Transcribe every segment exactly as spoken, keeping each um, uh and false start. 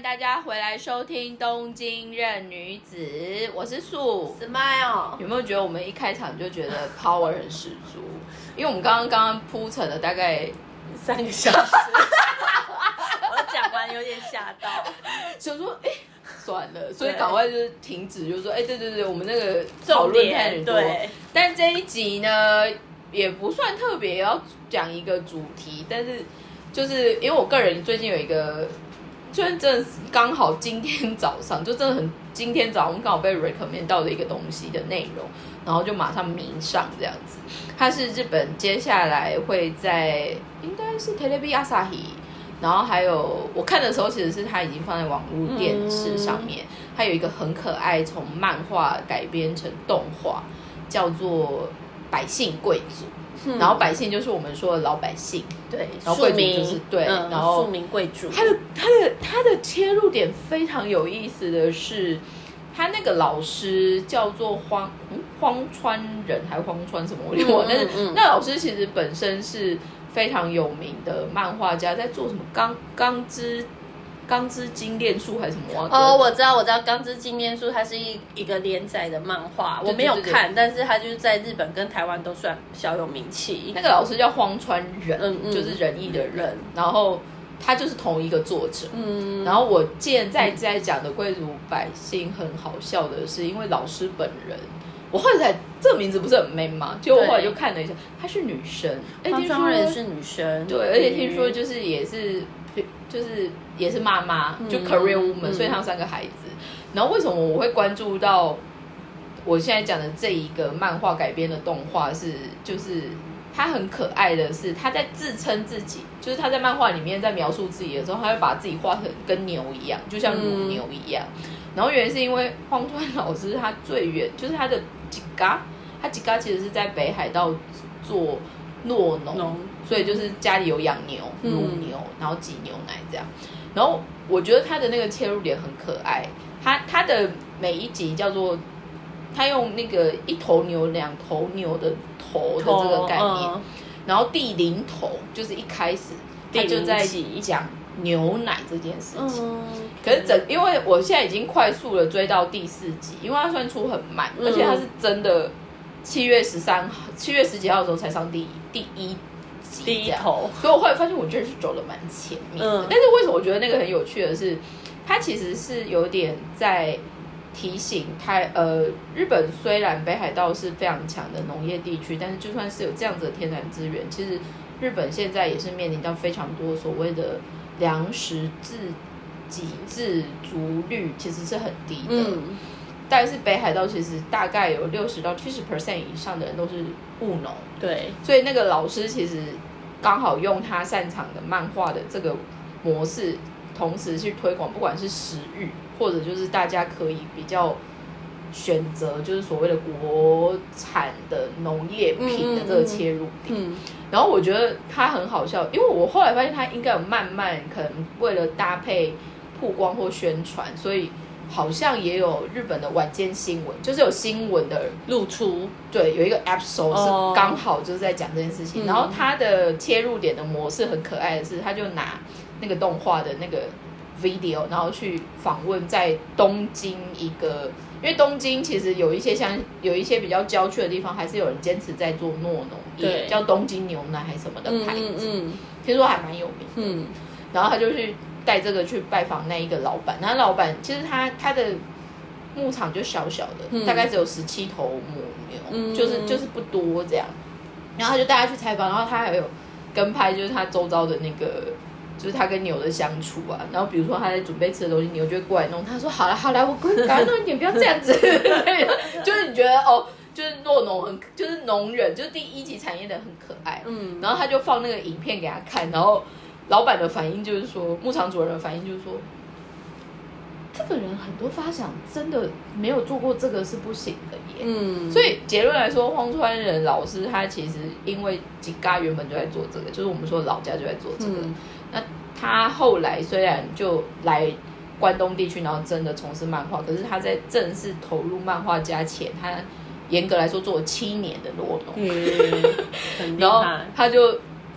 大家回来收听《东京任女子》，我是素 Smile。 有没有觉得我们一开场就觉得 power 很十足？因为我们刚刚刚刚铺陈了大概三个小时，我讲完有点吓到， 想说哎。算了，所以赶快就是停止，就是说，哎，对对对，我们那个讨论太很多。但这一集呢，也不算特别要讲一个主题，但是就是因为我个人最近有一个，就是真的刚好今天早上，就真的很今天早上刚好被 recommend 到的一个东西的内容，然后就马上迷上这样子。它是日本接下来会在应该是 Telebi Asahi。然后还有我看的时候，其实是它已经放在网络电视上面。嗯、它有一个很可爱，从漫画改编成动画，叫做《百姓贵族》。嗯、然后百姓就是我们说的老百姓， 对， 然后贵族就是对， 嗯、 然后庶民贵族。 它的它的它的切入点非常有意思的是，他那个老师叫做荒嗯荒川人还是荒川什么我忘了，但是那老师其实本身是。非常有名的漫画家，在做什么钢钢之钢之精炼术还是什么？ 哦，我知道，我知道钢之精炼术，它是一一个连载的漫画，我没有看，但是它就是在日本跟台湾都算小有名气。 那个老师叫荒川仁， 嗯嗯、 就是仁义的仁，然后他就是同一个作者。嗯，然后我现在在讲的贵族百姓很好笑的是，因为老师本人。我后来才这个名字不是很 man 吗？结果我后来就看了一下，她是女生， 哎，听说也是女生， 对，而且听说就是也是就是也是妈妈，就 career woman，、嗯、所以她有三个孩子。然后为什么我会关注到我现在讲的这一个漫画改编的动画是，就是她很可爱的是，她在自称自己，就是她在漫画里面在描述自己的时候，她会把自己画成跟牛一样，就像乳牛一样。嗯、然后原因是因为荒川老师他最远就是他的吉嘎，他吉嘎其实是在北海道做酪农，所以就是家里有养牛、乳牛，然后挤牛奶这样。然后我觉得他的那个切入点很可爱，他他的每一集叫做他用那个一头牛、两头牛的头的这个概念，嗯、然后第零头就是一开始他就在讲。牛奶这件事情，嗯、可是整因为我现在已经快速的追到第四集，因为它算出很慢，嗯、而且它是真的七月十三号、七月十几号的时候才上第第一集， 第一头， 所以我后来发现我真的是走得蛮前面的。嗯、但是为什么我觉得那个很有趣的是，它其实是有点在提醒台呃日本虽然北海道是非常强的农业地区，但是就算是有这样子的天然资源，其实日本现在也是面临到非常多所谓的。粮食自给自足率其实是很低的，嗯、但是北海道其实大概有六十到七十 percent 以上的人都是务农， 对， 所以那个老师其实刚好用他擅长的漫画的这个模式，同时去推广，不管是食欲或者就是大家可以比较选择，就是所谓的国产的农业品的这个切入点。嗯嗯嗯然后我觉得他很好笑，因为我后来发现他应该有慢慢可能为了搭配曝光或宣传，所以好像也有日本的晚间新闻，就是有新闻的露出， 对，有一个 episode 是刚好就是在讲这件事情。哦、然后他的切入点的模式很可爱的是，他就拿那个动画的那个 video， 然后去访问在东京一个。因为东京其实有一些像有一些比较郊区的地方，还是有人坚持在做酪农业，叫东京牛奶还是什么的牌子，嗯嗯、听说还蛮有名的。嗯、然后他就去带这个去拜访那一个老板，那老板其实他他的牧场就小小的，嗯、大概只有十七头母牛，嗯、就是就是不多这样。然后他就带他去采访，然后他还有跟拍就是他周遭的那个。就是他跟牛的相处啊，然后比如说他在准备吃的东西，牛就会过来弄。他说：“好了好了，我赶快弄一点，不要这样子。”就是你觉得哦，就是酪农很，就是农人，就是第一级产业的很可爱。嗯，然后他就放那个影片给他看，然后老板的反应就是说，牧场主人的反应就是说，这个人很多发想真的没有做过这个是不行的耶。嗯，所以结论来说，荒川人老师他其实因为吉嘎原本就在做这个，就是我们说的老家就在做这个。嗯那他后来虽然就来关东地区，然后真的从事漫画，可是他在正式投入漫画家前，他严格来说做了七年的酪农， 嗯，很厉害。 然后他就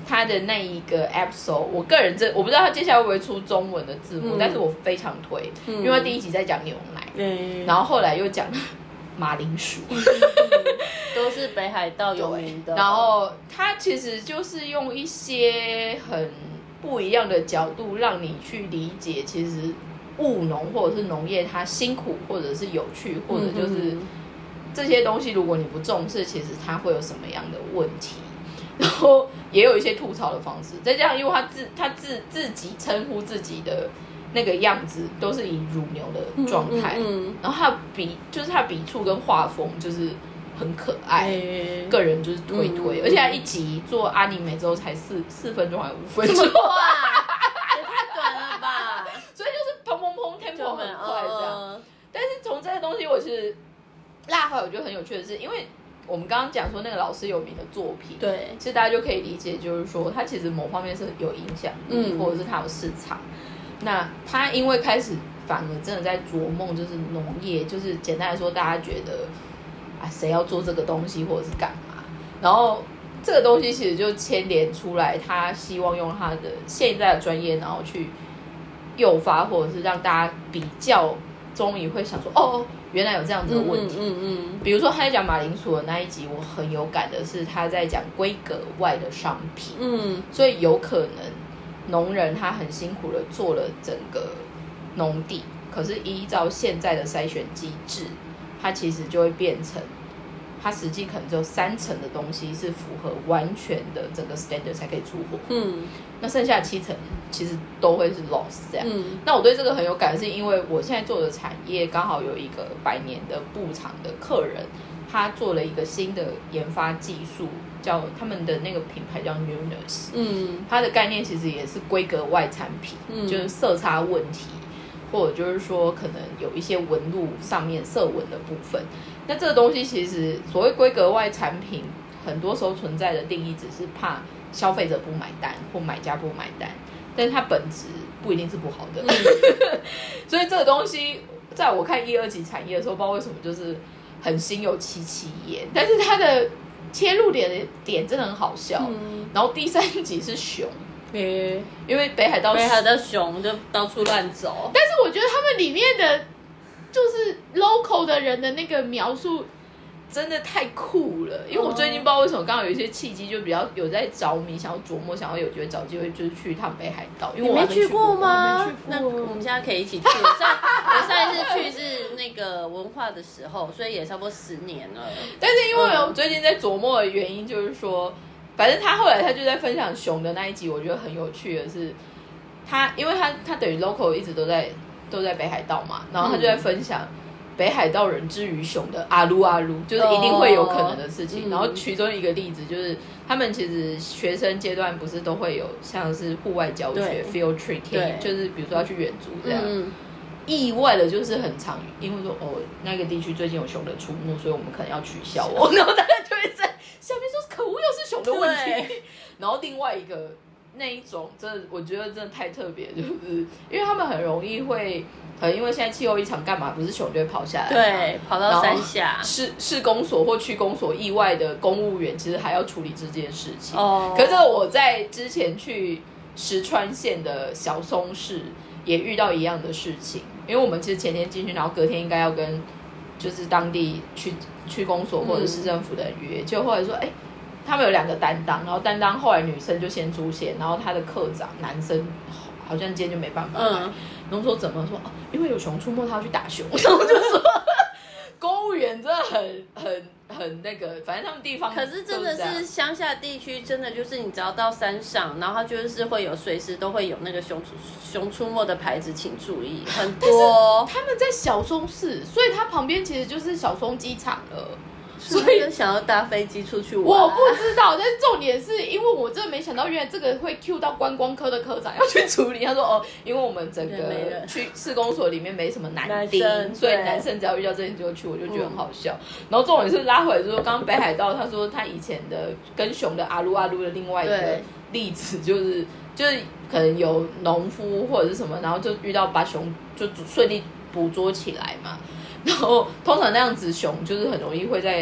他的那一个 episode， 我个人真我不知道他接下来会不会出中文的字幕，嗯、但是我非常推，嗯、因为第一集在讲牛奶，嗯、然后后来又讲马铃薯，嗯、 都是北海道有名的。 然后他其实就是用一些很不一样的角度，让你去理解，其实务农或者是农业它辛苦，或者是有趣，或者就是。嗯这些东西如果你不重视，其实它会有什么样的问题？然后也有一些吐槽的方式。再加上因为他自他自自己称呼自己的那个样子都是以乳牛的状态，嗯嗯嗯、然后他笔就是他笔触跟画风就是很可爱，欸、个人就是推推，嗯、而且他一集做阿尼美之后才四四分钟还五分钟， 哇，也太短了吧！ 所以就是砰砰砰 tempo 很快这样。呃、但是从这些东西我是。辣回来我觉得很有趣的是，因为我们刚刚讲说那个老师有名的作品， 对， 其实大家就可以理解，就是说他其实某方面是有影响力，嗯、或者是他有市场。那他因为开始反而真的在琢梦，就是农业，就是简单来说，大家觉得啊，谁要做这个东西或者是干嘛？然后这个东西其实就牵连出来，他希望用他的现在的专业，然后去诱发或者是让大家比较，终于会想说，哦。原来有这样子的问题，嗯嗯嗯嗯、比如说他在讲马铃薯的那一集，我很有感的是他在讲规格外的商品，嗯，所以有可能农人他很辛苦的做了整个农地，可是依照现在的筛选机制，它其实就会变成，它实际可能只有三成的东西是符合完全的整个 standard 才可以出货，嗯，那剩下七成其实都会是 loss 这样。嗯，那我对这个很有感，是因为我现在做的产业刚好有一个百年的布厂的客人，他做了一个新的研发技术，叫他们的那个品牌叫 Newness， 嗯，它的概念其实也是规格外产品，嗯，就是色差问题，或者就是说可能有一些纹路上面色纹的部分。那这个东西其实所谓规格外产品，很多时候存在的定义只是怕消费者不买单或买家不买单，但是它本质不一定是不好的。嗯、所以这个东西在我看一二级产业的时候，不知道为什么就是很心有戚戚焉，但是它的切入点的点真的很好笑。嗯、然后第三集是熊。 欸、 因为北海道北海道熊就到处乱走， 但是我觉得他们里面的就是 local 的人的那个描述真的太酷了，因为我最近不知道为什么刚好有一些契机，就比较有在着迷，想要琢磨，想要有机会找机会就是去一趟北海道，因为我没去过吗？ 没去过， 那我们现在可以一起去。上我上一次去是那个文化的时候，所以也差不多十年了。 但是因为我最近在琢磨的原因就是说。反正他后来他就在分享熊的那一集，我觉得很有趣的是，他因为他他等于 local 一直都在都在北海道嘛，然后他就在分享北海道人之于熊的阿鲁阿鲁，就是一定会有可能的事情。哦、然后其中一个例子就是，他们其实学生阶段不是都会有像是户外教学 field trip， 就是比如说要去远足这样。嗯意外的就是很常，因为说哦那个地区最近有熊的出没，所以我们可能要取消哦，然后大家就会在下面说可恶，又是熊的问题。然后另外一个那一种，真的我觉得真的太特别，就是因为他们很容易会，可能因为现在气候异常干嘛，不是熊就会跑下来， 对，跑到山下。 市市公所或区公所意外的公务员，其实还要处理这件事情。哦，可是我在之前去石川县的小松市也遇到一样的事情。因为我们其实前天进去，然后隔天应该要跟就是当地区区公所或者市政府的人约，就后来说，哎，他们有两个担当，然后担当后来女生就先出现，然后他的课长男生好像今天就没办法来，嗯、然后说怎么说、哦、因为有熊出没，他要去打熊，然后就说公务员真的很很很那个，反正他们地方可是真的是乡下地区，真的就是你只要到山上，然后它就是会有随时都会有那个熊出熊出没的牌子，请注意，很多。 他们在小松市，所以它旁边其实就是小松机场了。 所以想要搭飞机出去玩， 我不知道。但是重点是因为我真的没想到，原来这个会 cue 到观光科的科长要去处理。他说哦，因为我们整个去市公所里面没什么男丁，所以男生只要遇到这件就去，我就觉得很好笑。嗯、然后重点是拉回来说，刚刚北海道他说他以前的跟熊的阿鲁阿鲁的另外一个例子就是就是可能有农夫或者是什么，然后就遇到把熊就顺利捕捉起来嘛。然后通常那样子熊就是很容易会在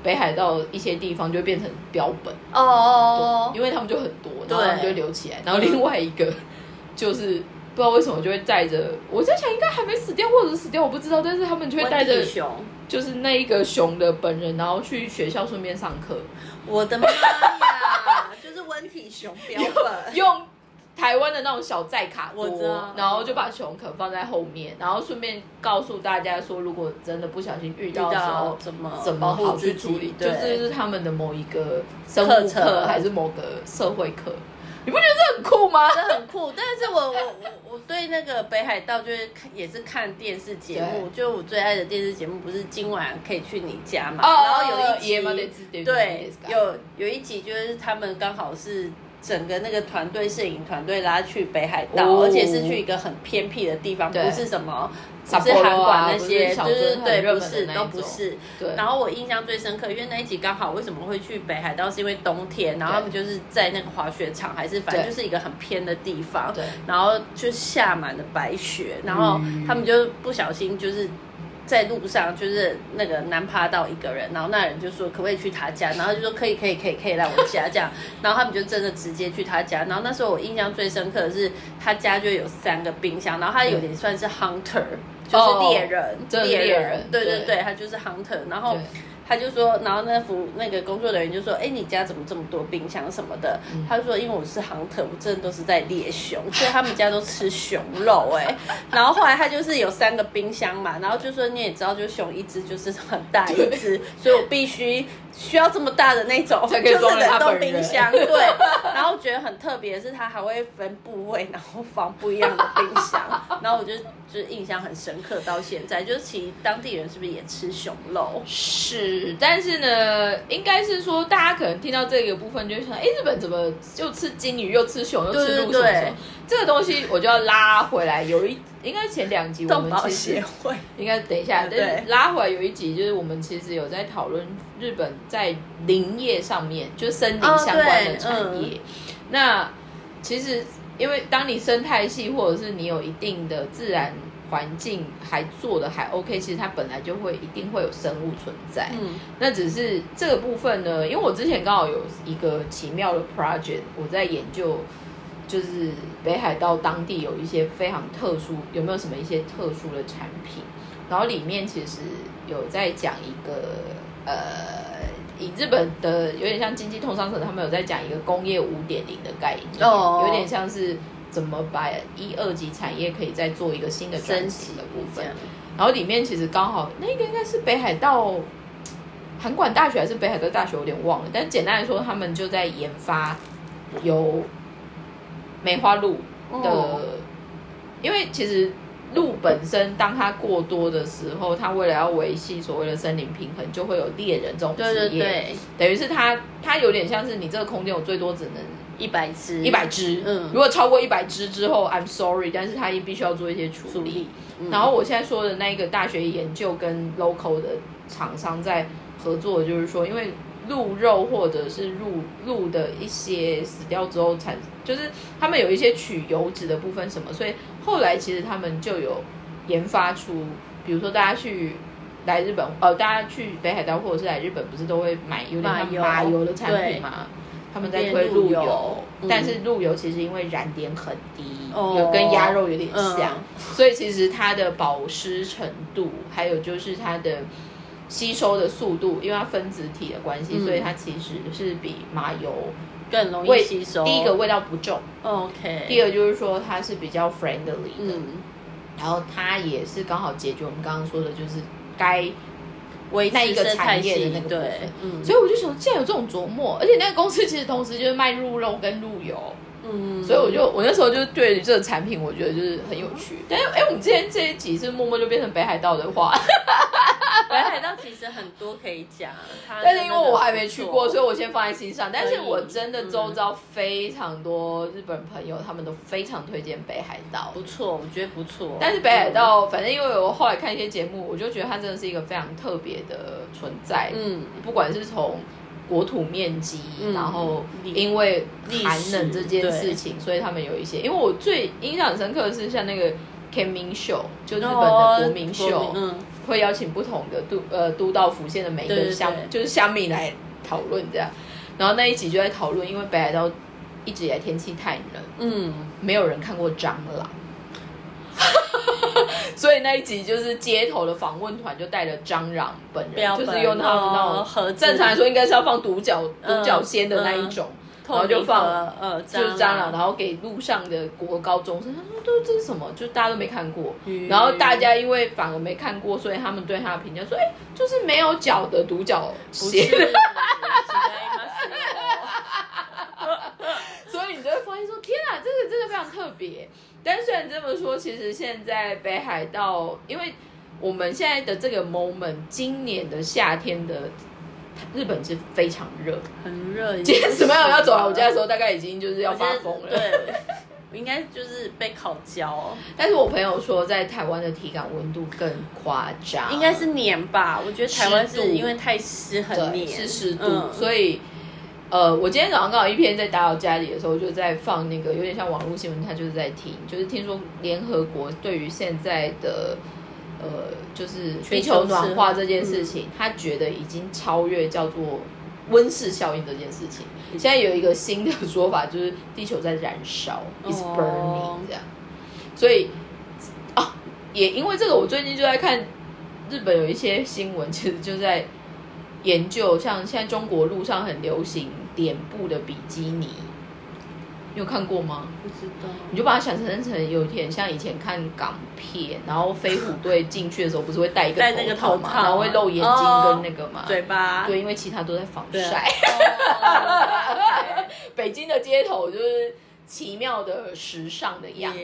北海道一些地方就会变成标本哦， 因为他们就很多，然后他们就会留起来。然后另外一个就是不知道为什么就会带着，我在想应该还没死掉或者是死掉我不知道，但是他们就会带着熊， 就是那一个熊的本人，然后去学校顺便上课。 我的妈呀，就是温体熊标本， 用台湾的那种小载卡多， 我知道， 然后就把熊壳放在后面，然后顺便告诉大家说，如果真的不小心遇到的时候， 怎么怎么好去处理， 对， 就是是他们的某一个生物课还是某个社会课。你不觉得这很酷吗？ 这很酷，但是我我我我对那个北海道就是也是看电视节目，就我最爱的电视节目不是今晚可以去你家嘛？ 哦、 然后有一集， 对，有有一集就是他们刚好是整个那个团队摄影团队拉去北海道，哦、而且是去一个很偏僻的地方，不是什么。不是韩馆那些，就是对，不是都不是。对。然后我印象最深刻，因为那一集刚好为什么会去北海道，是因为冬天，然后他们就是在那个滑雪场，还是反正就是一个很偏的地方，对。然后就下满了白雪，然后他们就不小心就是在路上，就是那个难趴到一个人，然后那人就说可不可以去他家，然后就说可以可以可以可以来我家这样，然后他们就真的直接去他家，然后那时候我印象最深刻的是他家就有三个冰箱，然后他有点算是 hunter。就是猎人， 哦、猎人， 对对对，他就是 hunter。然后他就说，然后那服那个工作人员就说：“哎，你家怎么这么多冰箱什么的？”嗯、他就说：“因为我是 hunter，我真的都是在猎熊，所以他们家都吃熊肉。”哎，然后后来他就是有三个冰箱嘛，然后就说你也知道，就熊一只就是很大一只，所以我必须需要这么大的那种，就是冷冻冰箱。对，然后觉得很特别的是，他还会分部位，然后放不一样的冰箱。然后我就就是印象很深刻到现在，就是其实当地人是不是也吃熊肉？ 是，但是呢，应该是说大家可能听到这个部分就会想，哎，日本怎么又吃金鱼又吃熊又吃鹿什么什么？这个东西我就要拉回来，有一应该前两集我们其实协会应该等一下，但是拉回来有一集就是我们其实有在讨论日本在林业上面，就是森林相关的产业。哦嗯、那其实因为当你生态系或者是你有一定的自然环境还做的还 OK， 其实它本来就会一定会有生物存在。嗯，那只是这个部分呢，因为我之前刚好有一个奇妙的 project， 我在研究。就是北海道当地有一些非常特殊，有没有什么一些特殊的产品？然后里面其实有在讲一个呃，以日本的有点像经济通商社，他们有在讲一个工业五点零的概念，哦、有点像是怎么把一二级产业可以再做一个新的转型的部分。然后里面其实刚好那个应该是北海道函馆大学还是北海道大学，有点忘了。但简单来说，他们就在研发有。梅花鹿的，哦、因为其实鹿本身当它过多的时候，它为了要维系所谓的森林平衡，就会有猎人这种职业，对对对，等于是它它有点像是你这个空间，我最多只能一百只， 一百只，嗯，如果超过一百只之后 ，I'm sorry， 但是它也必须要做一些处理。理嗯、然后我现在说的那个大学研究跟 local 的厂商在合作，就是说，因为鹿肉或者是鹿鹿的一些死掉之后产，就是他们有一些取油脂的部分什么，所以后来其实他们就有研发出，比如说大家去来日本，呃，大家去北海道或者是来日本，不是都会买有点像马油的产品吗？他们在推鹿油，嗯、但是鹿油其实因为燃点很低，哦、有跟鸭肉有点像，嗯、所以其实它的保湿程度，还有就是它的吸收的速度，因为它分子体的关系，嗯、所以它其实是比麻油更容易吸收。 第一个味道不重 ，OK。 第二就是说它是比较 friendly 的，嗯、然后它也是刚好解决我们刚刚说的，就是该那一个产业的那个部分。嗯、所以我就想，既然有这种琢磨，而且那个公司其实同时就是卖鹿肉跟鹿油。嗯，所以我就我那时候就对于这个产品，我觉得就是很有趣。但是，哎，我们之前这一集是默默就变成北海道的话， 北海道其实很多可以讲， 但是因为我还没去过，所以我先放在心上。但是我真的周遭非常多日本朋友，他们都非常推荐北海道， 不错，我觉得不错。 但是北海道，嗯、反正因为我后来看一些节目，我就觉得它真的是一个非常特别的存在。嗯，不管是从国土面积，嗯、然后因为寒冷这件事情，所以他们有一些。因为我最印象很深刻的是像那个 Kenmin Show， 就日本的国民秀，哦、嗯， 会邀请不同的都呃都道府县的每一个乡，就是乡民来讨论这样。然后那一集就在讨论，因为北海道一直以来天气太冷，嗯，没有人看过蟑螂。所以那一集就是街头的访问团就带了蟑螂本人，就是用他们那种正常来说应该是要放独角独角仙的那一种，然后就放呃就是蟑螂，然后给路上的国高中生，他说都这是什么？就大家都没看过，然后大家因为反而没看过，所以他们对他的评价说，哎，就是没有脚的独角仙。所以你就会发现说，天啊，这个真的非常特别。但虽然这么说，其实现在北海道，因为我们现在的这个 moment， 今年的夏天的日本是非常热， 很热。 今天什么样要走来我家的时候，大概已经就是要发疯了。 对，应该就是被烤焦、哦。 但是我朋友说，在台湾的体感温度更夸张， 应该是黏吧？我觉得台湾是因为太湿很黏， 是湿度，嗯、所以。呃，我今天早上刚好一篇在打扫家里的时候，就在放那个有点像网络新闻，他就是在听，就是听说联合国对于现在的呃，就是地球暖化这件事情，他觉得已经超越叫做温室效应这件事情。现在有一个新的说法，就是地球在燃烧、哦、，is burning 这样。所以啊，也因为这个，我最近就在看日本有一些新闻，其实就在研究，像现在中国路上很流行脸部的比基尼，你有看过吗？ 不知道。 你就把它想成成有点像以前看港片，然后飞虎队进去的时候不是会戴一个头套嘛，然后会露眼睛跟那个嘛、 哦、嘴巴， 对，因为其他都在防晒。哦、北京的街头就是奇妙的时尚的样子。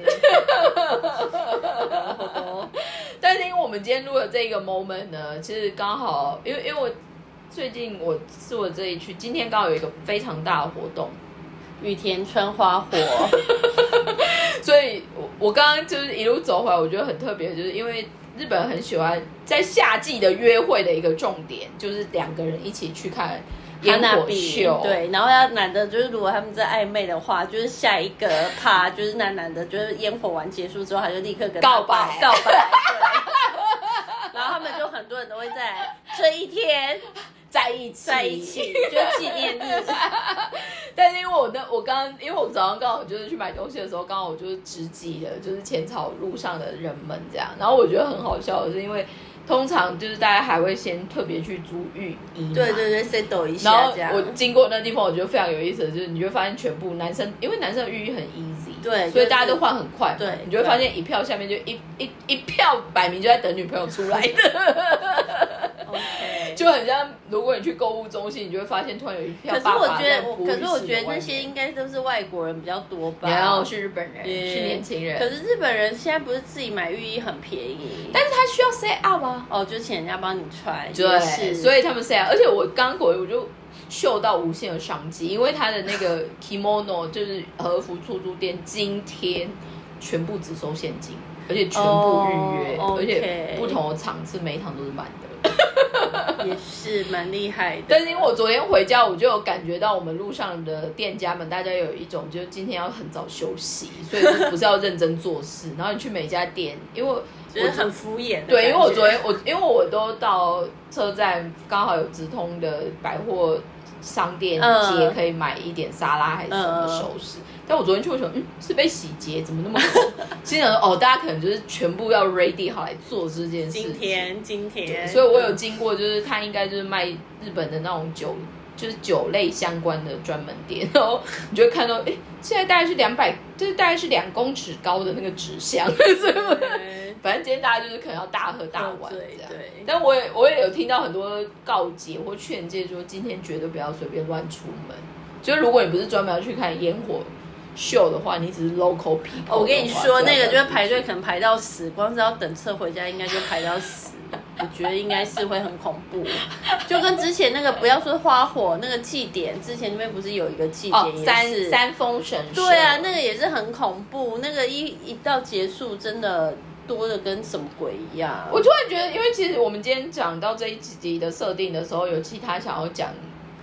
但是因为我们今天录的这个 moment 呢，其实刚好因为因为我最近我做的这一区，今天刚好有一个非常大的活动， 羽田村花火。 所以我我刚刚就是一路走回来，我觉得很特别，就是因为日本很喜欢在夏季的约会的一个重点，就是两个人一起去看烟火秀， 对，然后要男的，就是如果他们在暧昧的话，就是下一个趴，就是男男的，就是烟火完结束之后，他就立刻跟他告白， 告白，对。然后他们就很多人都会在这一天在一起， 在一起，就是纪念日。 但是因为我那我刚刚，因为我早上刚好就是去买东西的时候，刚好我就是直击了，就是浅草路上的人们这样，然后我觉得很好笑的是，因为通常就是大家还会先特别去租浴衣， 对对对 ，set 一下这样。 然后我经过那地方，我觉得非常有意思的，就是你就会发现全部男生，因为男生的浴衣很 easy， 对， 所以大家都换很快， 对， 你就会发现一票下面就一一一票摆明就在等女朋友出来的。 OK， 就很像，如果你去购物中心，你就会发现突然有一票爸爸在哺乳室的外面。 可是我觉得，可是我觉得那些应该都是外国人比较多吧？ 然后是日本人，是年轻人。 可是日本人现在不是自己买浴衣很便宜， 但是他需要 set up 啊。 哦，就请人家帮你穿。 对，所以他们 set up， 而且我刚回我就嗅到无限的商机，因为他的那个 kimono 就是和服出租店，今天全部只收现金，而且全部预约， 哦 okay， 而且不同的场次每一场都是满的。 也是蛮厉害的， 但是因为我昨天回家，我就有感觉到我们路上的店家们，大家有一种就是今天要很早休息，所以不是要认真做事。然后你去每家店，因为我觉得很敷衍。 对，因为我昨天我因为我都到车站，刚好有直通的百货商店街，可以买一点沙拉还是什么首饰。嗯但我昨天去，我想，嗯，是被洗劫，怎么那么红？心想哦，大家可能就是全部要 ready 好来做这件事情。 今天，今天， 所以我有经过，就是他应该就是卖日本的那种酒，就是酒类相关的专门店，然后你就会看到，哎，现在大概是两百，就是大概是两公尺高的那个纸箱，反正今天大家就是可能要大喝大玩这样。对，但我也我也有听到很多告诫或劝诫，说今天绝对不要随便乱出门。就是如果你不是专门要去看烟火秀的话，你只是 local people。 我跟你说，那个就是排队可能排到死，光是要等车回家，应该就排到死。我觉得应该是会很恐怖，就跟之前那个不要说花火那个祭典，之前那边不是有一个祭典也是、哦、 三三丰神社， 对啊，那个也是很恐怖，那个一一到结束真的多的跟什么鬼一样。 我突然觉得，因为其实我们今天讲到这一集的设定的时候，有其他想要讲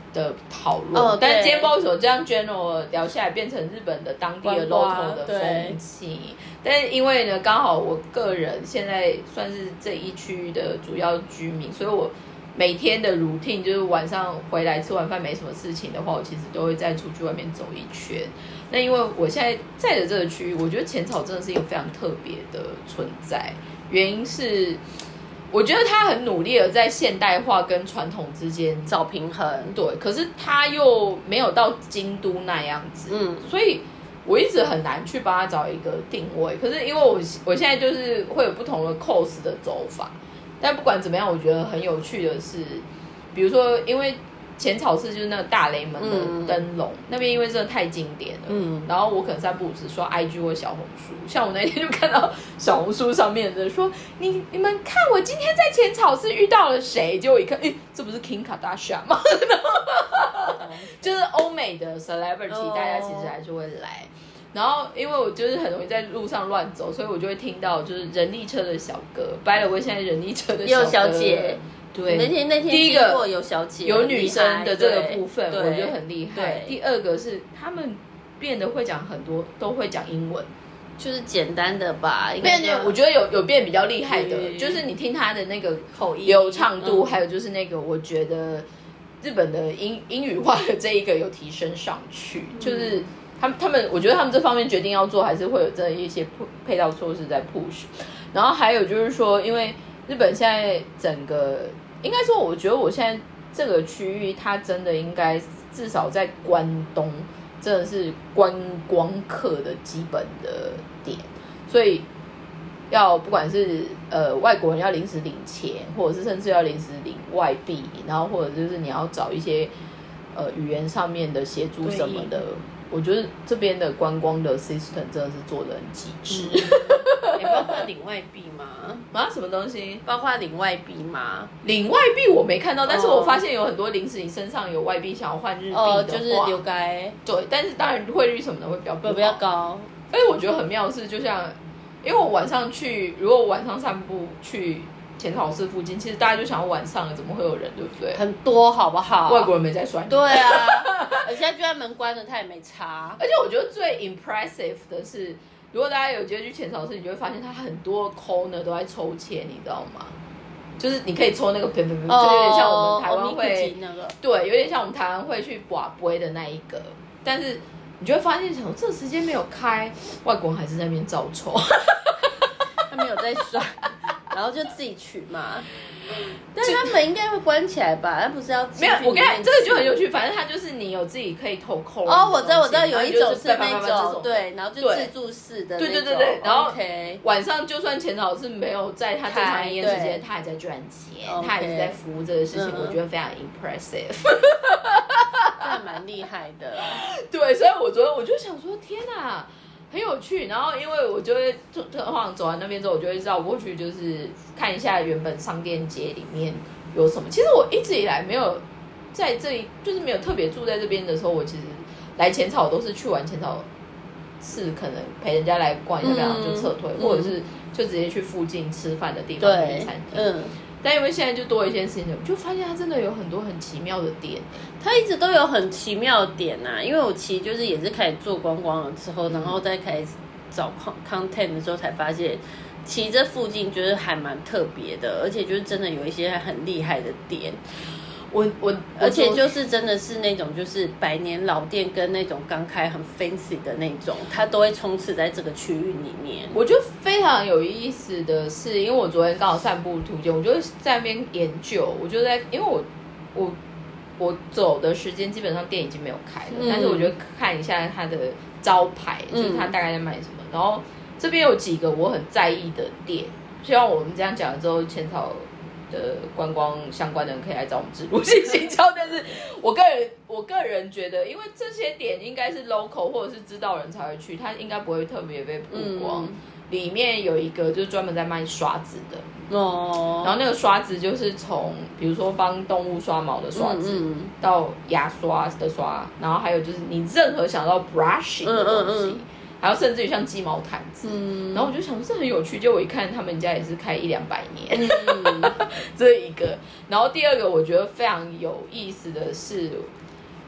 的讨论， 哦、 但今天不知道为什么这样 general 聊下来变成日本的当地的 local 的风气，但是因为呢刚好我个人现在算是这一区域的主要居民，所以我每天的 routine 就是晚上回来吃完饭没什么事情的话，我其实都会再出去外面走一圈。那因为我现在在的这个区域，我觉得浅草真的是一个非常特别的存在，原因是我觉得他很努力的在现代化跟传统之间找平衡， 对，可是他又没有到京都那样子，嗯，所以我一直很难去帮他找一个定位。可是因为我我现在就是会有不同的 cos 的走法，但不管怎么样，我觉得很有趣的是，比如说因为浅草寺就是那个大雷门的灯笼、嗯、那边因为真的太经典了，嗯，然后我可能三不五时刷 I G 或小红书，像我那天就看到小红书上面的人说，你你们看我今天在浅草寺遇到了谁，结果一看，哎，这不是 Kim Kardashian 吗？就是欧美的 celebrity、哦、大家其实还是会来，然后因为我就是很容易在路上乱走，所以我就会听到就是人力车的小哥，by the way现在人力车的小哥有小姐，对，那天那天第一个有小姐， 有女生的这个部分，我觉得很厉害。第二个是他们变得会讲很多，都会讲英文， 就是简单的吧。 变得我觉得有有变比较厉害的，就是你听他的那个口音、 流畅度，嗯、还有就是那个我觉得日本的英英语化的这一个有提升上去，嗯、就是他们他们，我觉得他们这方面决定要做，还是会有这一些配套措施在 push。然后还有就是说，因为日本现在整个应该说，我觉得我现在这个区域，它真的应该至少在关东，真的是观光客的基本的点，所以要不管是呃外国人要临时领钱，或者是甚至要临时领外币，然后或者就是你要找一些呃语言上面的协助什么的。我觉得这边的观光的 system 真的是做得很极致， 也、嗯欸、包括领外币吗？ 啊，什么东西？ 包括领外币吗？ 领外币我没看到，但是我发现有很多临时你身上有外币想要换日币的话， 哦，就是留该对，但是当然汇率什么的会比较比较高。 而且我觉得很妙的是，就像因为我晚上去，如果我晚上散步去浅草寺附近，其实大家就想要晚上了，怎么会有人，对不对？ 很多，好不好？ 外国人没在算。 对啊，而且就算门关了，他也没差。 而且我觉得最 impressive 的是，如果大家有机会去浅草寺，你就会发现它很多 corner 都在抽签，你知道吗？就是你可以抽那个啪啪啪，就有点像我们台湾会、 那个， 对，有点像我们台湾会去拔杯的那一个，但是你就会发现，想说这个时间没有开，外国人还是在那边照抽， 他没有在算。然后就自己取嘛，但是他们应该会关起来吧？他不是要没有？我跟你讲，这个就很有趣。反正他就是你有自己可以投扣哦，我知道，我知道有一种是那种对，然后就自助式的， 对对对对。然后 okay, 晚上就算浅草寺没有在他正常营业时间，他还在赚钱，他还是在服务这个事情，我觉得非常 impressive， 那蛮厉害的。 对，所以我昨天我就想说，天哪！很有趣，然后因为我就会通常走完那边之后，我就会绕过去，就是看一下原本商店街里面有什么。其实我一直以来没有在这里，就是没有特别住在这边的时候，我其实来浅草都是去完浅草寺，可能陪人家来逛一下，然后就撤退，嗯、或者是就直接去附近吃饭的地方的餐厅。嗯。但因为现在就多一件事情，我就发现它真的有很多很奇妙的点， 它一直都有很奇妙的点啊。因为我其实就是也是开始做观光了之后，然后再开始找 content 的时候，才发现其实这附近就是还蛮特别的，而且就是真的有一些很厉害的店。我我，而且就是真的是那种就是百年老店跟那种刚开很 fancy 的那种，它都会充斥在这个区域里面。 我觉得非常有意思的是，因为我昨天刚好散步途中，我就在那边研究，我就在因为我我我走的时间基本上店已经没有开了，嗯、但是我就看一下它的招牌，就是它大概在卖什么。嗯、然后这边有几个我很在意的店，希望我们这样讲了之后，浅草的观光相关的人可以来找我们植入性行销，但是我个人我个人觉得，因为这些点应该是 local 或者是知道人才会去，它应该不会特别被曝光。嗯、里面有一个就是专门在卖刷子的哦，然后那个刷子就是从比如说帮动物刷毛的刷子，嗯嗯、到牙刷的刷，然后还有就是你任何想到 brushing 的东西。嗯嗯嗯，还有甚至于像鸡毛毯子，嗯、然后我就想这很有趣，就我一看他们家也是开一两百年，嗯、这一个。然后第二个我觉得非常有意思的是，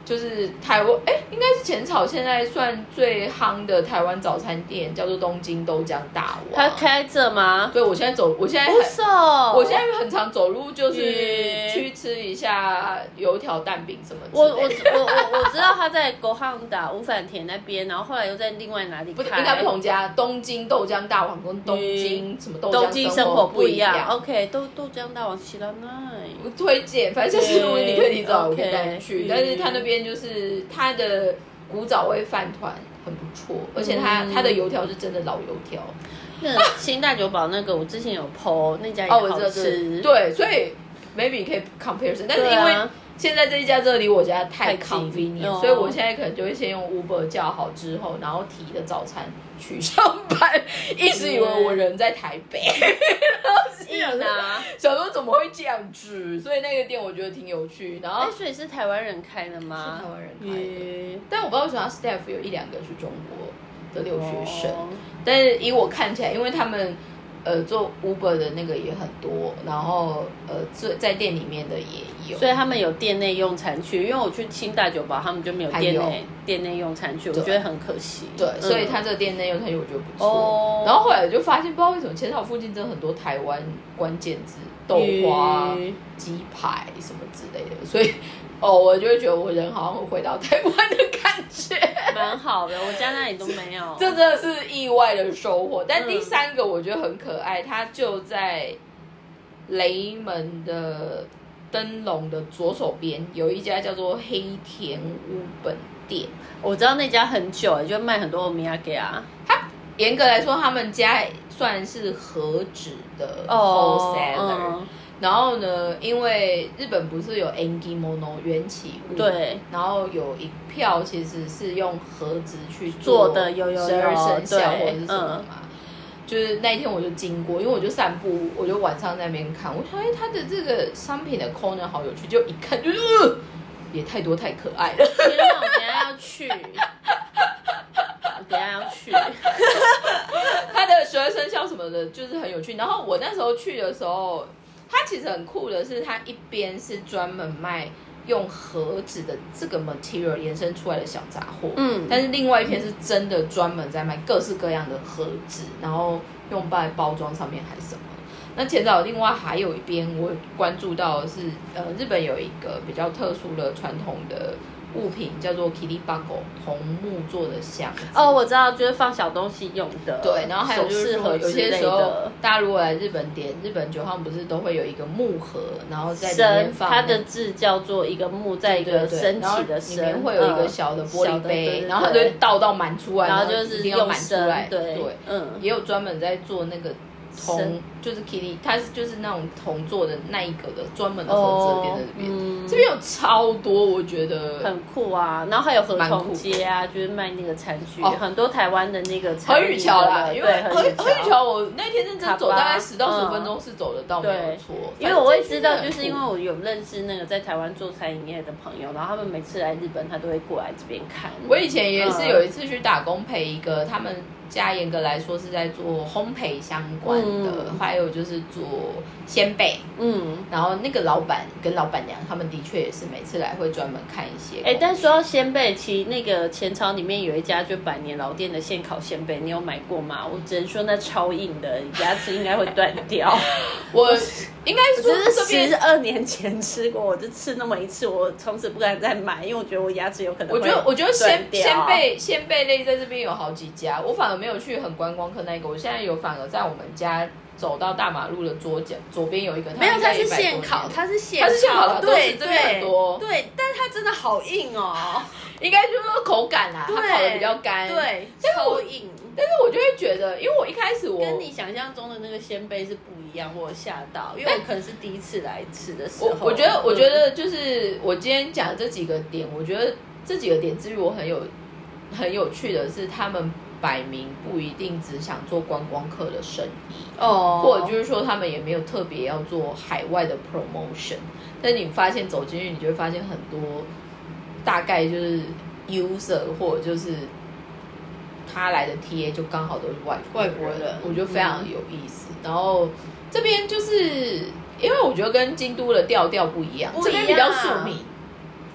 就是台湾，哎，应该是浅草现在算最夯的台湾早餐店，叫做东京豆浆大王。 它开这吗？ 对，我现在走，我现在很，我现在很常走路，就是去吃一下油条、蛋饼什么之类的。 我我我我我知道他在狗巷打五反田那边，然后后来又在另外哪里开？ 应该不同家。东京豆浆大王跟东京什么豆浆生活不一样。OK， 豆豆浆大王起来奈。 我推荐，反正就是如果你可以提早，我可以带你去。但是他那边就是他的古早味饭团很不错，而且他他的油条是真的老油条。 那新大久保那个我之前有 po 那家也好吃， 对，所以 maybe 你可以 comparison， 但是因为现在这一家这离我家太 convenient， 所以我现在可能就会先用 Uber 叫好之后，然后提的早餐去上班，一直以为我人在台北，然后啊， 想说怎么会这样子，所以那个店我觉得挺有趣。然后， 所以是台湾人开的吗？ 是台湾人开的，但我不知道为什么 staff 有一两个是中国的留学生，哦、但是以我看起来，因为他们。呃，做 Uber 的那个也很多，然后呃，在店里面的也有， 所以他们有店内用餐区。因为我去清大酒吧，他们就没有店内店内用餐区，我觉得很可惜。 对，嗯、所以他这个店内用餐区我觉得不错。哦、然后后来就发现，不知道为什么浅草附近真的很多台湾关键字，豆花、鸡排什么之类的，所以哦，我就会觉得我人好像会回到台湾的感觉。 蛮好的，我家那里都没有， 这真的是意外的收获。但第三个我觉得很可爱，它就在雷门的灯笼的左手边有一家叫做黑田屋本店， 我知道那家很久，就卖很多欧米亚给啊。 它严格来说，他们家算是和纸的 wholesaler。哦嗯然后呢，因为日本不是有 Engimono 缘起物， 对， 然后有一票其实是用盒子去做的，有有有十二生肖或者是什么嘛。嗯、就是那一天我就经过，因为我就散步，我就晚上在那边看，我说哎，它的这个商品的 corner 好有趣，就一看就是、呃、也太多太可爱了。 天哪，我等一下要去，我等一下要去。 它的十二生肖什么的，就是很有趣。然后我那时候去的时候。它其实很酷的是，它一边是专门卖用盒子的这个 material 延伸出来的小杂货，嗯，但是另外一边是真的专门在卖各式各样的盒子，然后用在包装上面还是什么。那前早另外还有一边我关注到的是，呃，日本有一个比较特殊的传统的物品叫做 Kiribago 桐木做的箱子。 哦，我知道，就是放小东西用的。 对，然后还有就是说，有些时候大家如果来日本点日本酒，他们不是都会有一个木盒，然后在里面放。 它的字叫做一个木，在一个升起的升， 里面会有一个小的玻璃杯，嗯、然后它就会倒到满出来， 然后就是一定要满出来。 对对，嗯，也有专门在做那个。铜就是 Kitty， 它是就是那种铜做的那一个的专门的盒子，边在这边，嗯、这边有超多，我觉得很酷啊。然后还有合同街啊，就是卖那个餐具，哦、很多台湾的那个和语桥啦，因为和语桥我那天认真走大概十到十分钟是走得到，没有错。 因为我会知道，就是因为我有认识那个在台湾做餐饮业的朋友，然后他们每次来日本，他都会过来这边看。 我以前也是有一次去打工陪一个他们。家严格来说是在做烘焙相关的，嗯、还有就是做鲜贝，嗯，然后那个老板跟老板娘他们的确也是每次来会专门看一些。 哎，但说到鲜贝，其实那个前朝里面有一家就百年老店的现烤鲜贝，你有买过吗？我只能说那超硬的，牙齿应该会断掉。 我应该说是十二年前吃过，我就吃那么一次，我从此不敢再买，因为我觉得我牙齿有可能会我觉得我觉得鲜鲜贝鲜贝类在这边有好几家，我反而没有去很观光客那个，我现在有反而在我们家走到大马路的左角左边有一个， 没有，它是现烤，它是现烤，它是现烤的， 对这边很多， 对，但是它真的好硬哦， 应该就是说口感啦，它烤的比较干， 对，超硬。 但是我就会觉得，因为我一开始我跟你想象中的那个鲜贝是不一样，我有吓到，因为我可能是第一次来吃的时候。 我我觉得，我觉得就是我今天讲的这几个点，我觉得这几个点至于我很有很有趣的是，他们摆明不一定只想做观光客的生意，哦，或者就是说他们也没有特别要做海外的 promotion， 但你发现走进去，你就会发现很多大概就是 user 或者就是。他来的 T A 就刚好都是外国人， 外国人我觉得非常有意思。嗯、然后这边就是因为我觉得跟京都的调调不一样， 不一样这边比较庶民，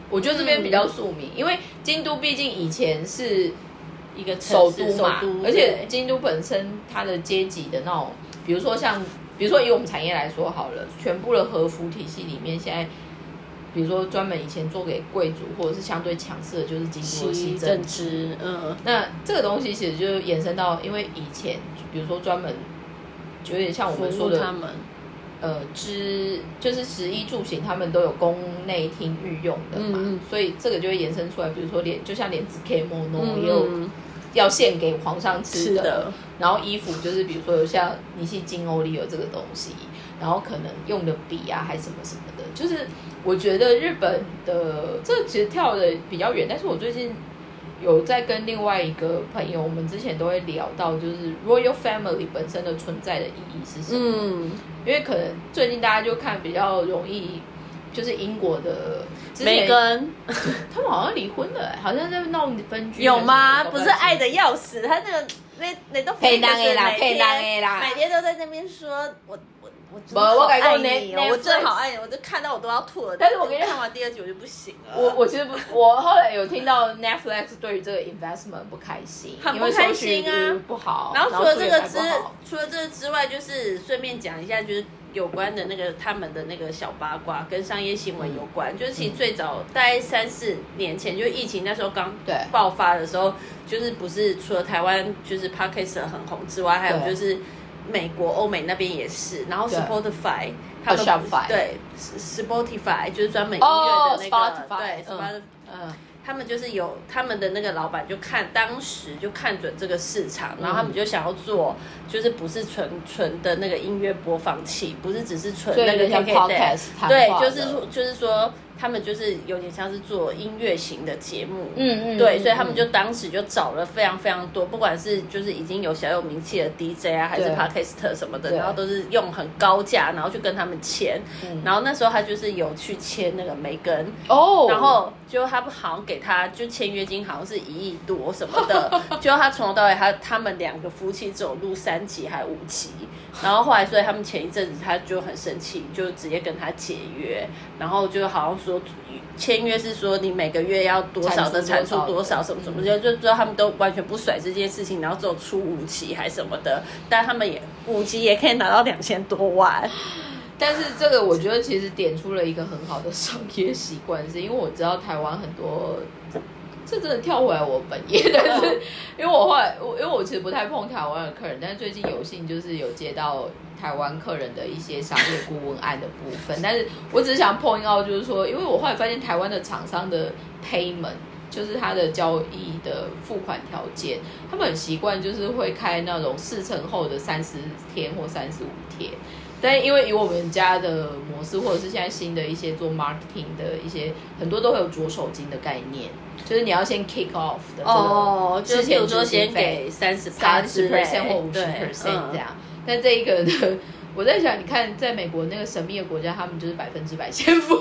我觉得这边比较庶民，嗯、因为京都毕竟以前是一个首都嘛， 都而且京都本身它的阶级的那种，比如说像，比如说以我们产业来说好了，全部的和服体系里面，现在比如说专门以前做给贵族或者是相对强势的，就是京都的西政治，嗯， 那这个东西其实就延伸到，因为以前比如说专门有点像我们说的， 他们呃，之就是食衣住行，他们都有宫内厅御用的嘛，嗯、所以这个就会延伸出来，比如说连就像莲子 kimono 也有要献给皇上吃 的, 的， 然后衣服就是比如说有像尼西金欧里有这个东西，然后可能用的笔啊还什么什么的，就是我觉得日本的这其实跳的比较远，但是我最近有在跟另外一个朋友，我们之前都会聊到，就是 Royal Family 本身的存在的意义是什么？嗯，因为可能最近大家就看比较容易，就是英国的梅根， 他们好像离婚了，好像在闹分居。 有吗？不是爱的要死，他那个那那都配当的啦，配当的啦， 每天都在那边说我我。我真的好爱你、哦，我真的好爱你，我就看到我都要吐了。 但是我跟你看完第二集我就不行了。 我我其实不，我后来有听到 Netflix 对于这个 investment 不开心， 很不开心啊， 不好。 然后除了这个之，除了这个之外，就是顺便讲一下，就是有关的那个他们的那个小八卦跟商业新闻有关。嗯、就是其实最早、嗯、大概三四年前，就疫情那时候刚爆发的时候，就是不是除了台湾就是 Podcast 很红之外，还有就是美国、欧美那边也是，然后 Spotify 他们、 oh, 对 Spotify 就是专门音乐的那个、 oh, 对 Spotify， 嗯。他们就是有他们的那个老板就看当时就看准这个市场，然后他们就想要做，就是不是纯纯的那个音乐播放器，不是只是纯那个 K K day， 对，就是说就是说他们就是有点像是做音乐型的节目，嗯嗯，对，所以他们就当时就找了非常非常多，不管是就是已经有小有名气的 D J 啊，还是 Podcaster 什么的，然后都是用很高价，然后去跟他们签，嗯、然后那时候他就是有去签那个梅根哦，然后就他好像给他就签约金好像是一亿多什么的，就他从头到尾他他们两个夫妻只有录三集还五集，然后后来所以他们前一阵子他就很生气，就直接跟他解约，然后就好像说签约是说你每个月要多少的产出多少什么什么，就就知道他们都完全不甩这件事情，然后只有出五期还什么的，但他们也五期也可以拿到两千多万。 但是这个我觉得其实点出了一个很好的商业习惯，是因为我知道台湾很多，这真的跳回来我本业，但是因为我后来我因为我其实不太碰台湾的客人，但是最近有幸就是有接到台湾客人的一些商业顾问案的部分，但是我只是想 point out 就是说，因为我后来发现台湾的厂商的 payment。就是他的交易的付款条件，他们很习惯就是会开那种事成后的三十天或三十五天，但因为以我们家的模式，或者是现在新的一些做 marketing 的一些很多都会有着手金的概念，就是你要先 kick off 的这个之前就先给三十三十 percent 或五十 percent 这样，嗯、但这一个呢，我在想，你看在美国那个神秘的国家，他们就是百分之百先付。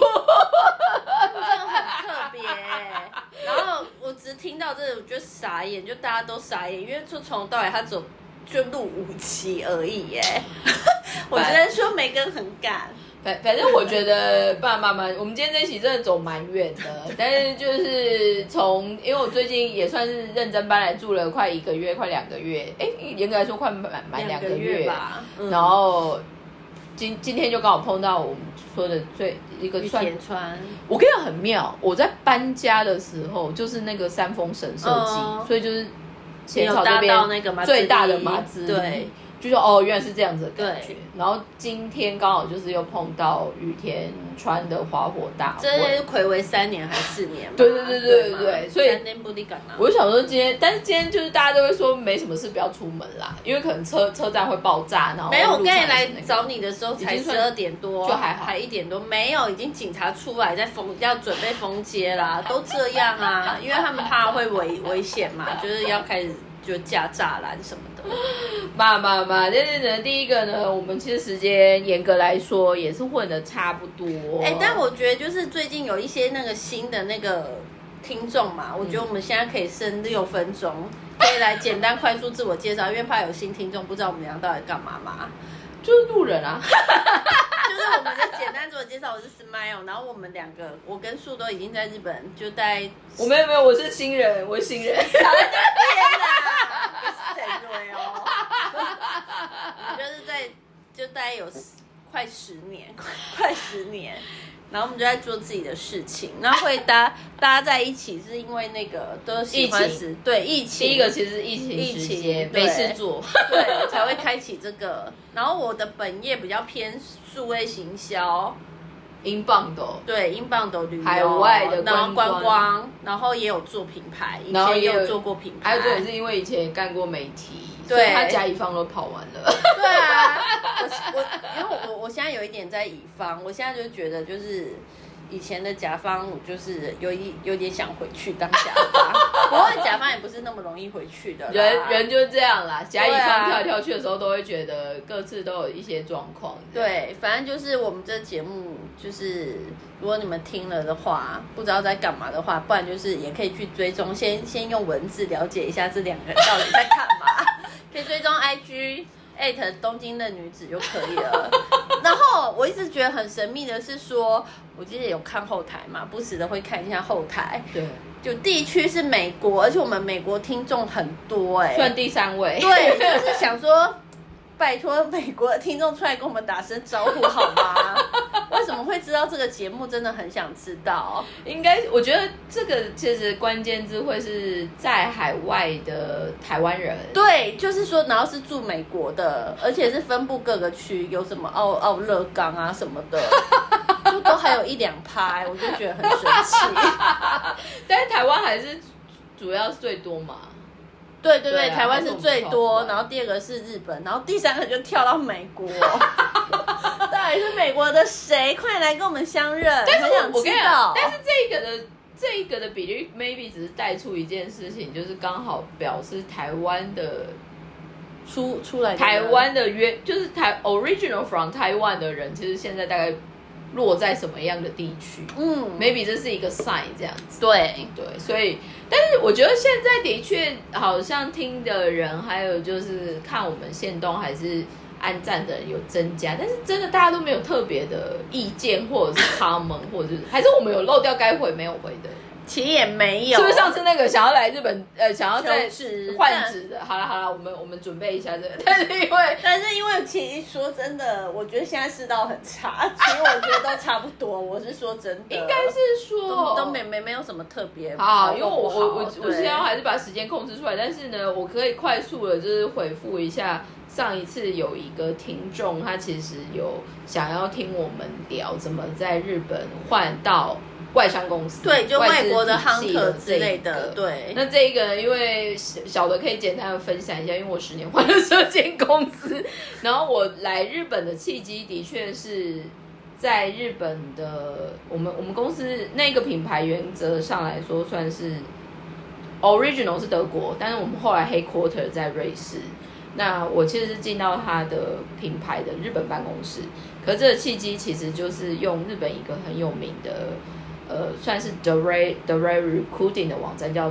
很特别，然后我只听到这个，我就傻眼，就大家都傻眼，因为就从头到尾他走就录五期而已耶。我只能说梅根很赶， 反反正我觉得爸爸妈妈，我们今天这一期真的走蛮远的，但是就是从，因为我最近也算是认真搬来住了快一个月，快两个月，哎，严格来说快满满两个月吧，嗯、 然后。今今天就刚好碰到我们说的最一个算，我跟你讲很妙。我在搬家的时候，就是那个三丰神社祭，嗯、所以就是浅草这边最大的马自对， 就说哦，原来是这样子的感觉。然后今天刚好就是又碰到羽田川的花火大会， 这是睽违三年还是四年嘛？ 对对对对对对，所以三年不离港啊。 我就想说今天，但是今天就是大家都会说没什么事，不要出门啦，因为可能车车站会爆炸，然后没有。我刚才来找你的时候才十二点多， 就还好， 还一点多，没有，已经警察出来在封，要准备封街啦，都这样啊，因为他们怕会危危险嘛，就是要开始就架栅栏什么的。 嘛嘛嘛，但是呢，第一个呢，我们其实时间严格来说也是混的差不多。 哎、欸，但我觉得就是最近有一些那个新的那个听众嘛，我觉得我们现在可以剩六分钟，可以来简单快速自我介绍，因为怕有新听众不知道我们俩到底干嘛嘛。 就是路人啊， 就是我们就简单自我介绍，我是 Smile， 然后我们两个，我跟树都已经在日本就待， 我没有没有，我是新人，我是新人， 少在那边啦，不是对哦，我就是在就待有快十年，快十年。然后我们就在做自己的事情，然后会搭搭在一起，是因为那个都喜欢时对疫情， 第一个其实是疫情时间没事做， 对，才会开启这个。然后我的本业比较偏数位行销， 英镑的， 对，英镑的旅游， 海外的然后观光，然后也有做品牌，以前也有做过品牌， 还有对，是因为以前也干过媒体。对，他甲乙方都跑完了。 对啊，我我因为我我现在有一点在乙方，我现在就觉得就是以前的甲方，我就是有一有点想回去当甲方，不过甲方也不是那么容易回去的。 人人就是这样啦，甲乙方跳来跳去的时候，都会觉得各自都有一些状况。 对，反正就是我们这节目，就是如果你们听了的话，不知道在干嘛的话，不然就是也可以去追踪，先先用文字了解一下这两个人到底在干嘛。可以追踪 I G at 东京的女子就可以了。然后我一直觉得很神秘的是说，我记得有看后台嘛，不时的会看一下后台。 对， 就地区是美国，而且我们美国听众很多哎、欸， 算第三位。 对，就是想说，拜托美国的听众出来跟我们打声招呼好吗？为什么会知道这个节目？真的很想知道。 应该，我觉得这个其实关键字会是在海外的台湾人。 对，就是说，然后是住美国的，而且是分布各个区，有什么奥奥勒冈啊什么的，就都还有一两趴，我就觉得很神奇。 但是台湾还是主要是最多嘛。 对对 对, 对、啊，台湾是最多，然后第二个是日本，然后第三个就跳到美国。到底是美国的谁？快来跟我们相认！ 但是很想知道。 但是这个的这个的比例 maybe 只是带出一件事情，就是刚好表示台湾的出出来的台湾的约，就是台 original from 台湾的人，其实现在大概落在什么样的地区？嗯 ，maybe 这是一个 sign 这样子。 对对，所以，但是我觉得现在的确好像听的人，还有就是看我们限动还是按赞的人有增加，但是真的大家都没有特别的意见，或者是他们，或者是还是我们有漏掉该回没有回的。 其实也没有， 是不是上次那个想要来日本，呃，想要再职换职的？好了好了，我们我们准备一下这个。但是因为， 但是因为其实说真的，我觉得现在世道很差，其实我觉得都差不多。我是说真的， 应该是说都没没没有什么特别。 好，因为我我我我现在还是把时间控制出来，但是呢，我可以快速的就是回复一下。上一次有一个听众，他其实有想要听我们聊怎么在日本换到外商公司， 对，就外国的 hunter 之类的，对。 那这一个呢，因为小的可以简单的分享一下，因为我十年换了这间公司，然后我来日本的契机的确是在日本的我们我们公司那个品牌原则上来说算是 original 是德国，但是我们后来 headquarter 在瑞士。那我其实是进到他的品牌的日本办公室，可是这个契机其实就是用日本一个很有名的，呃，算是 direct direct recruiting 的网站叫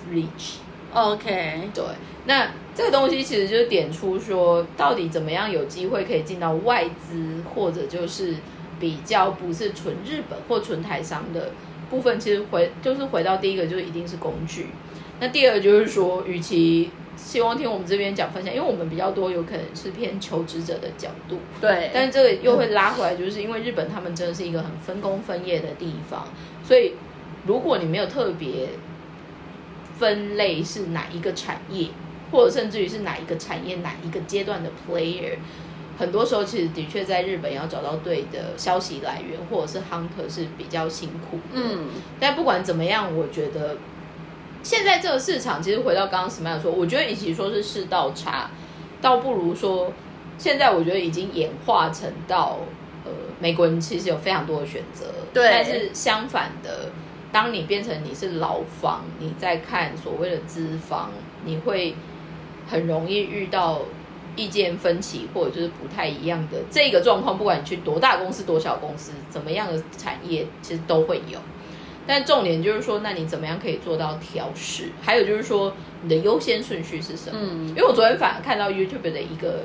BizReach。OK， 对，那这个东西其实就是点出说，到底怎么样有机会可以进到外资，或者就是比较不是纯日本或纯台商的部分，其实回就是回到第一个，就是一定是工具。那第二个就是说，与其希望听我们这边讲分享，因为我们比较多有可能是偏求职者的角度， 对， 但是这个又会拉回来，就是因为日本他们真的是一个很分工分业的地方，所以如果你没有特别分类是哪一个产业，或者甚至于是哪一个产业哪一个阶段的 player， 很多时候其实的确在日本要找到对的消息来源或者是 hunter 是比较辛苦的。嗯，但不管怎么样，我觉得现在这个市场，其实回到刚刚 Smile 说，我觉得与其说是世道差，倒不如说现在我觉得已经演化成到呃，美国人其实有非常多的选择， 对。 但是相反的，当你变成你是劳方，你在看所谓的资方，你会很容易遇到意见分歧或者就是不太一样的这个状况。不管你去多大公司、多小公司，怎么样的产业，其实都会有。但重点就是说，那你怎么样可以做到调试？还有就是说，你的优先顺序是什么？嗯，因为我昨天反而看到 YouTube 的一个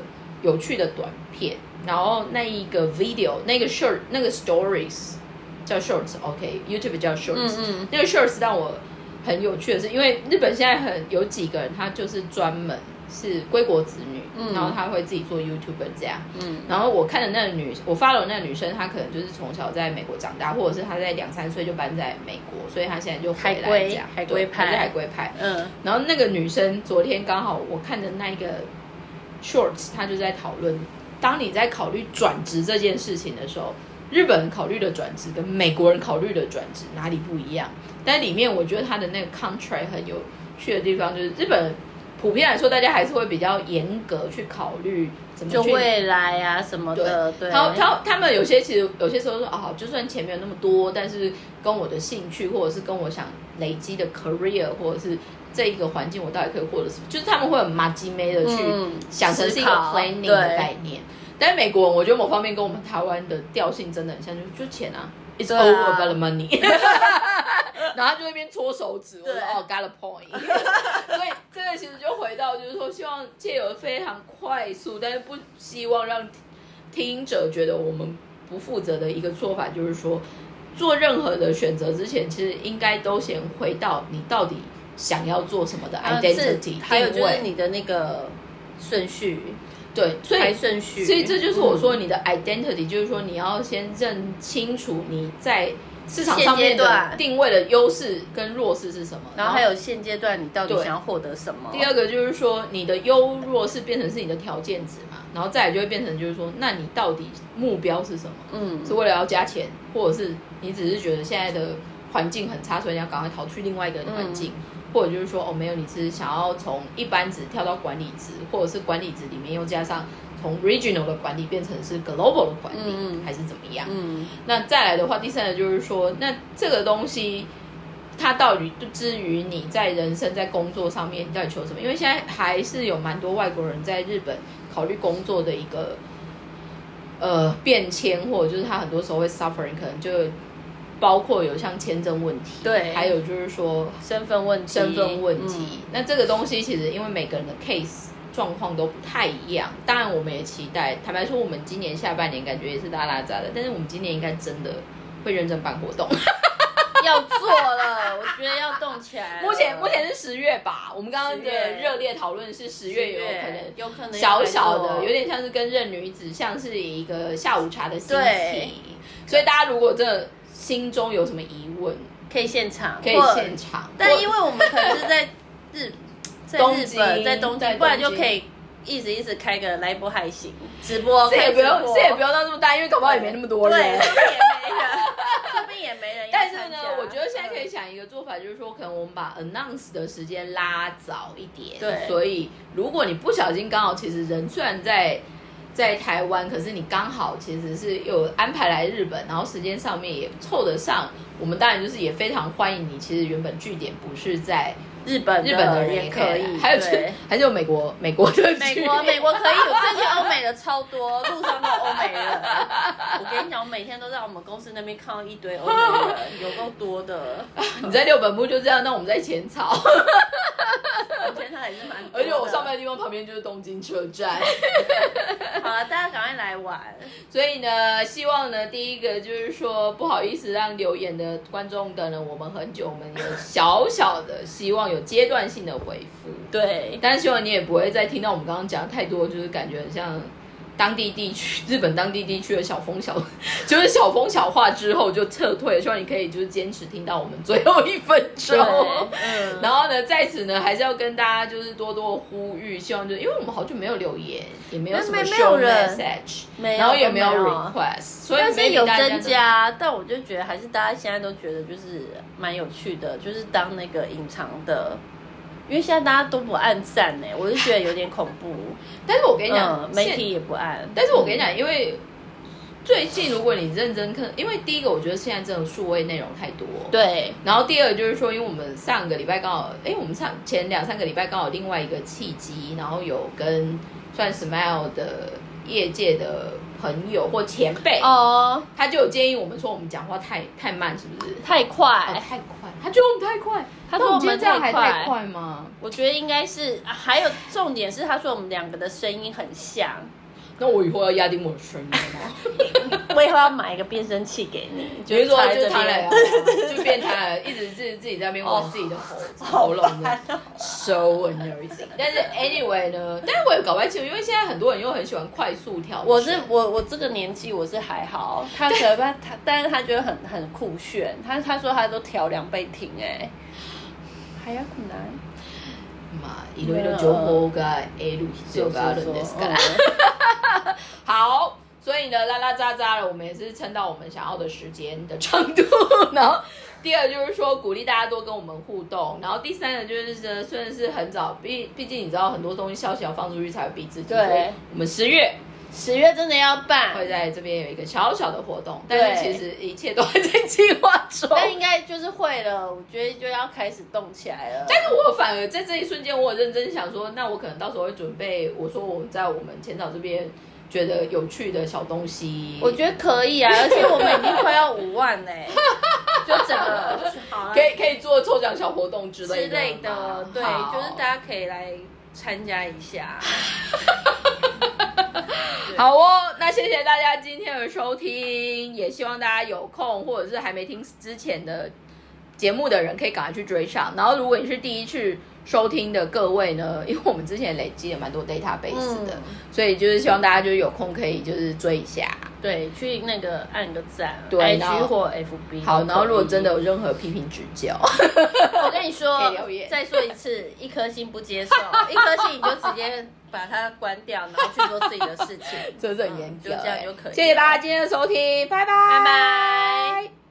有趣的短片，然后那一个 video 那个 short 那个 stories 叫 shorts OK YouTube 叫 shorts，嗯嗯，那个 shorts 让我很有趣的是，因为日本现在很有几个人他就是专门是归国子女，嗯，然后他会自己做 YouTuber 这样，嗯，然后我看的那个女，我 follow 那个女生，她可能就是从小在美国长大，或者是她在两三岁就搬在美国，所以她现在就回来这样， 海归派， 是海归派，嗯，然后那个女生昨天刚好我看的那一个 shorts， 她就在讨论，当你在考虑转职这件事情的时候，日本人考虑的转职跟美国人考虑的转职哪里不一样？但里面我觉得她的那个 contract 很有趣的地方就是日本人。普遍来说，大家还是会比较严格去考虑怎么去就未来啊什么的。对， 他他他们有些其实有些时候说啊，就算钱没有那么多，但是跟我的兴趣或者是跟我想累积的 career 或者是这一个环境，我到底可以获得什么？就是他们会很麻吉妹的去想成是一个 planning 的概念。嗯、但是美国人，我觉得某方面跟我们台湾的调性真的很像，就就钱啊。It's all about the money 然后他就一边搓手指，我说哦 got a point 所以这个其实就回到就是说希望借由非常快速但是不希望让听者觉得我们不负责的一个做法，就是说做任何的选择之前其实应该都先回到你到底想要做什么的 identity、 啊、还有就是你的那个顺序， 对，所以排顺序， 所以这就是我说你的 identity、嗯、就是说你要先认清楚你在市场上面的定位的优势跟弱势是什么， 然后还有现阶段你到底想要获得什么。 第二个就是说你的优弱势变成是你的条件值嘛，然后再来就会变成就是说那你到底目标是什么，嗯，是为了要加钱，或者是你只是觉得现在的环境很差，所以你要赶快逃去另外一个环境、嗯，或者就是说哦没有，你是想要从一般职跳到管理职，或者是管理职里面又加上从 regional 的管理变成是 global 的管理、嗯、还是怎么样、嗯、那再来的话第三个就是说那这个东西它到底至于你在人生在工作上面你到底求什么，因为现在还是有蛮多外国人在日本考虑工作的一个呃变迁，或者就是他很多时候会 suffering， 可能就包括有像签证问题， 对， 还有就是说身份问题， 身份问题、嗯。那这个东西其实因为每个人的 case 状况都不太一样，当然我们也期待，坦白说，我们今年下半年感觉也是拉拉杂的，但是我们今年应该真的会认真办活动， 要做了，我觉得要动起来。 目前目前是十月吧，我们刚刚的热烈讨论是十月，有可能有可能小小的，有点像是跟任女子像是一个下午茶的心情，所以大家如果真的心中有什么疑问， 可以现场， 可以现场。 但因为我们可能是在日，在日本，在东京，不然就可以一直一直开个来波海行直播， 这也不用，这也不用到这么大，因为搞不好也没那么多人， 对，说不定也没人，说不定也没人。 但是呢，我觉得现在可以想一个做法，就是说，可能我们把 announce 的时间拉早一点。 对， 所以如果你不小心刚好，其实人虽然在。在台湾，可是你刚好其实是有安排来日本，然后时间上面也凑得上，我们当然就是也非常欢迎你。其实原本据点不是在日本， 日本的人也可以，还有还是有美国美国的美国美国可以，有最近欧美的超多，路上都欧美人。我跟你讲，我每天都在我们公司那边看到一堆欧美人，有够多的。 你在六本木就这样，那我们在浅草。 前台也是蛮多的， 而且我上班的地方旁边就是东京车站。 好了，大家赶快来玩。 所以呢，希望呢，第一个就是说，不好意思让留言的观众等了我们很久，我们有小小的希望有阶段性的回复。 对， 但是希望你也不会再听到我们刚刚讲太多，就是感觉很像当地地区日本当地地区的小风小就是小风小话之后就撤退，希望你可以就是坚持听到我们最后一分钟、嗯、然后呢在此呢还是要跟大家就是多多呼吁，希望就是因为我们好久没有留言，也没有什么 show message， 然后也没有 request， 所以但是有增加，但我就觉得还是大家现在都觉得就是蛮有趣的，就是当那个隐藏的，因为现在大家都不按赞呢，我就觉得有点恐怖。 但是我跟你讲、 嗯，媒体也不按。 但是我跟你讲，因为最近如果你认真看，因为第一个我觉得现在这种数位内容太多， 对。 然后第二个就是说，因为我们上个礼拜刚好，哎，我们上前两三个礼拜刚好另外一个契机，然后有跟算 Smile 的业界的朋友或前辈哦，他就有建议我们说我们讲话太太慢，是不是？ 太快、 哦，太快。他觉得我们太快。 他说我们太快，太快吗？ 我觉得应该是，还有重点是，他说我们两个的声音很像。 那我以后要压低我的声音吗？ 我以后要买一个变声器给你， 比如说就他来啊，就变他了，一直自自己在那边闻自己的喉喉咙的 so annoying。但是 anyway 呢，但是我也搞不太清楚，因为现在很多人又很喜欢快速调。 我是我我这个年纪我是还好，他可能他他，但是他觉得很很酷炫，他他说他都调两倍听哎，还要困难。 まあいろいろ情報が得る必要があるんですから。好，所以呢，拉拉杂杂了，我们也是撑到我们想要的时间的长度。然后第二就是说，鼓励大家多跟我们互动。然后第三呢，就是说，虽然是很早，毕毕竟你知道很多东西消息要放出去才会逼自己。 对， 我们十月。 十月真的要办， 会在这边有一个小小的活动，但是其实一切都还在计划中。 但应该就是会了，我觉得就要开始动起来了。 但是我反而在这一瞬间，我有认真想说，那我可能到时候会准备，我说我在我们浅草这边觉得有趣的小东西。 我觉得可以啊，而且我们已经快要五万嘞，就整个好可以可以做抽奖小活动之类的之类的，对，就是大家可以来参加一下。 好哦，那谢谢大家今天的收听，也希望大家有空或者是还没听之前的节目的人可以赶快去追上。然后如果你是第一次收听的各位呢，因为我们之前累积了蛮多 database 的、嗯、所以就是希望大家就是有空可以就是追一下， 对，去那个按个赞， 对 I G 或 F B。 好，然后如果真的有任何批评指教， 我跟你说再说一次，一颗星不接受，一颗星你就直接把它关掉，然后去做自己的事情， 这是很严格、 嗯、就这样就可以。 谢谢大家今天的收听，拜拜， 拜拜。